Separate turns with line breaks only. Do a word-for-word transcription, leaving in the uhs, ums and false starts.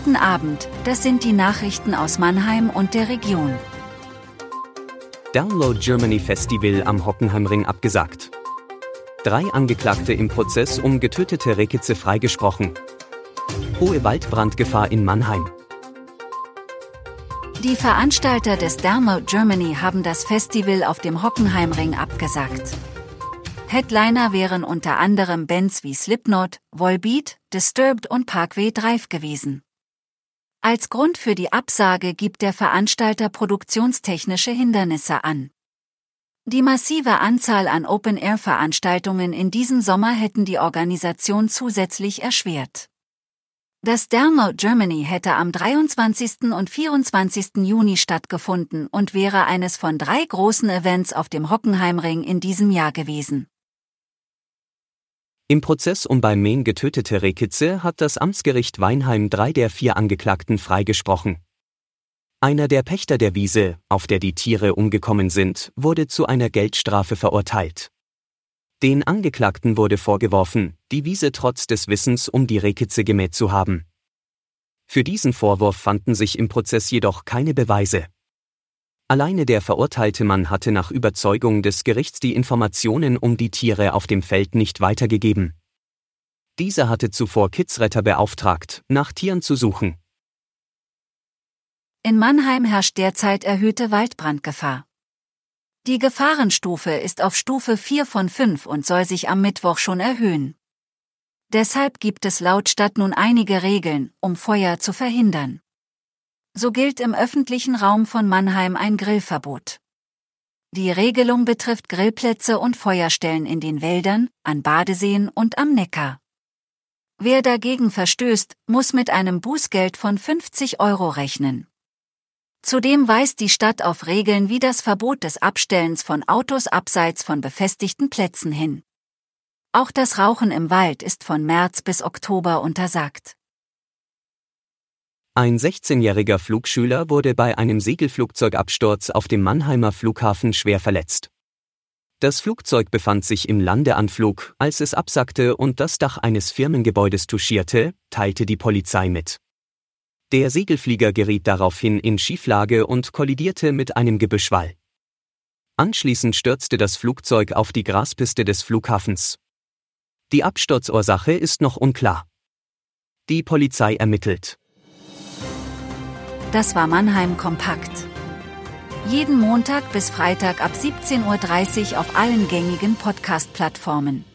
Guten Abend, das sind die Nachrichten aus Mannheim und der Region.
Download Germany Festival am Hockenheimring abgesagt. Drei Angeklagte im Prozess um getötete Rehkitze freigesprochen. Hohe Waldbrandgefahr in Mannheim.
Die Veranstalter des Download Germany haben das Festival auf dem Hockenheimring abgesagt. Headliner wären unter anderem Bands wie Slipknot, Volbeat, Disturbed und Parkway Drive gewesen. Als Grund für die Absage gibt der Veranstalter produktionstechnische Hindernisse an. Die massive Anzahl an Open-Air-Veranstaltungen in diesem Sommer hätten die Organisation zusätzlich erschwert. Das Download Germany hätte am dreiundzwanzigsten und vierundzwanzigsten Juni stattgefunden und wäre eines von drei großen Events auf dem Hockenheimring in diesem Jahr gewesen.
Im Prozess um bei Maine getötete Rehkitze hat das Amtsgericht Weinheim drei der vier Angeklagten freigesprochen. Einer der Pächter der Wiese, auf der die Tiere umgekommen sind, wurde zu einer Geldstrafe verurteilt. Den Angeklagten wurde vorgeworfen, die Wiese trotz des Wissens um die Rehkitze gemäht zu haben. Für diesen Vorwurf fanden sich im Prozess jedoch keine Beweise. Alleine der verurteilte Mann hatte nach Überzeugung des Gerichts die Informationen um die Tiere auf dem Feld nicht weitergegeben. Dieser hatte zuvor Kidsretter beauftragt, nach Tieren zu suchen.
In Mannheim herrscht derzeit erhöhte Waldbrandgefahr. Die Gefahrenstufe ist auf Stufe vier von fünf und soll sich am Mittwoch schon erhöhen. Deshalb gibt es laut Stadt nun einige Regeln, um Feuer zu verhindern. So gilt im öffentlichen Raum von Mannheim ein Grillverbot. Die Regelung betrifft Grillplätze und Feuerstellen in den Wäldern, an Badeseen und am Neckar. Wer dagegen verstößt, muss mit einem Bußgeld von fünfzig Euro rechnen. Zudem weist die Stadt auf Regeln wie das Verbot des Abstellens von Autos abseits von befestigten Plätzen hin. Auch das Rauchen im Wald ist von März bis Oktober untersagt.
Ein sechzehnjähriger Flugschüler wurde bei einem Segelflugzeugabsturz auf dem Mannheimer Flughafen schwer verletzt. Das Flugzeug befand sich im Landeanflug, als es absackte und das Dach eines Firmengebäudes touchierte, teilte die Polizei mit. Der Segelflieger geriet daraufhin in Schieflage und kollidierte mit einem Gebüschwall. Anschließend stürzte das Flugzeug auf die Graspiste des Flughafens. Die Absturzursache ist noch unklar. Die Polizei ermittelt.
Das war Mannheim Kompakt. Jeden Montag bis Freitag ab siebzehn Uhr dreißig auf allen gängigen Podcast-Plattformen.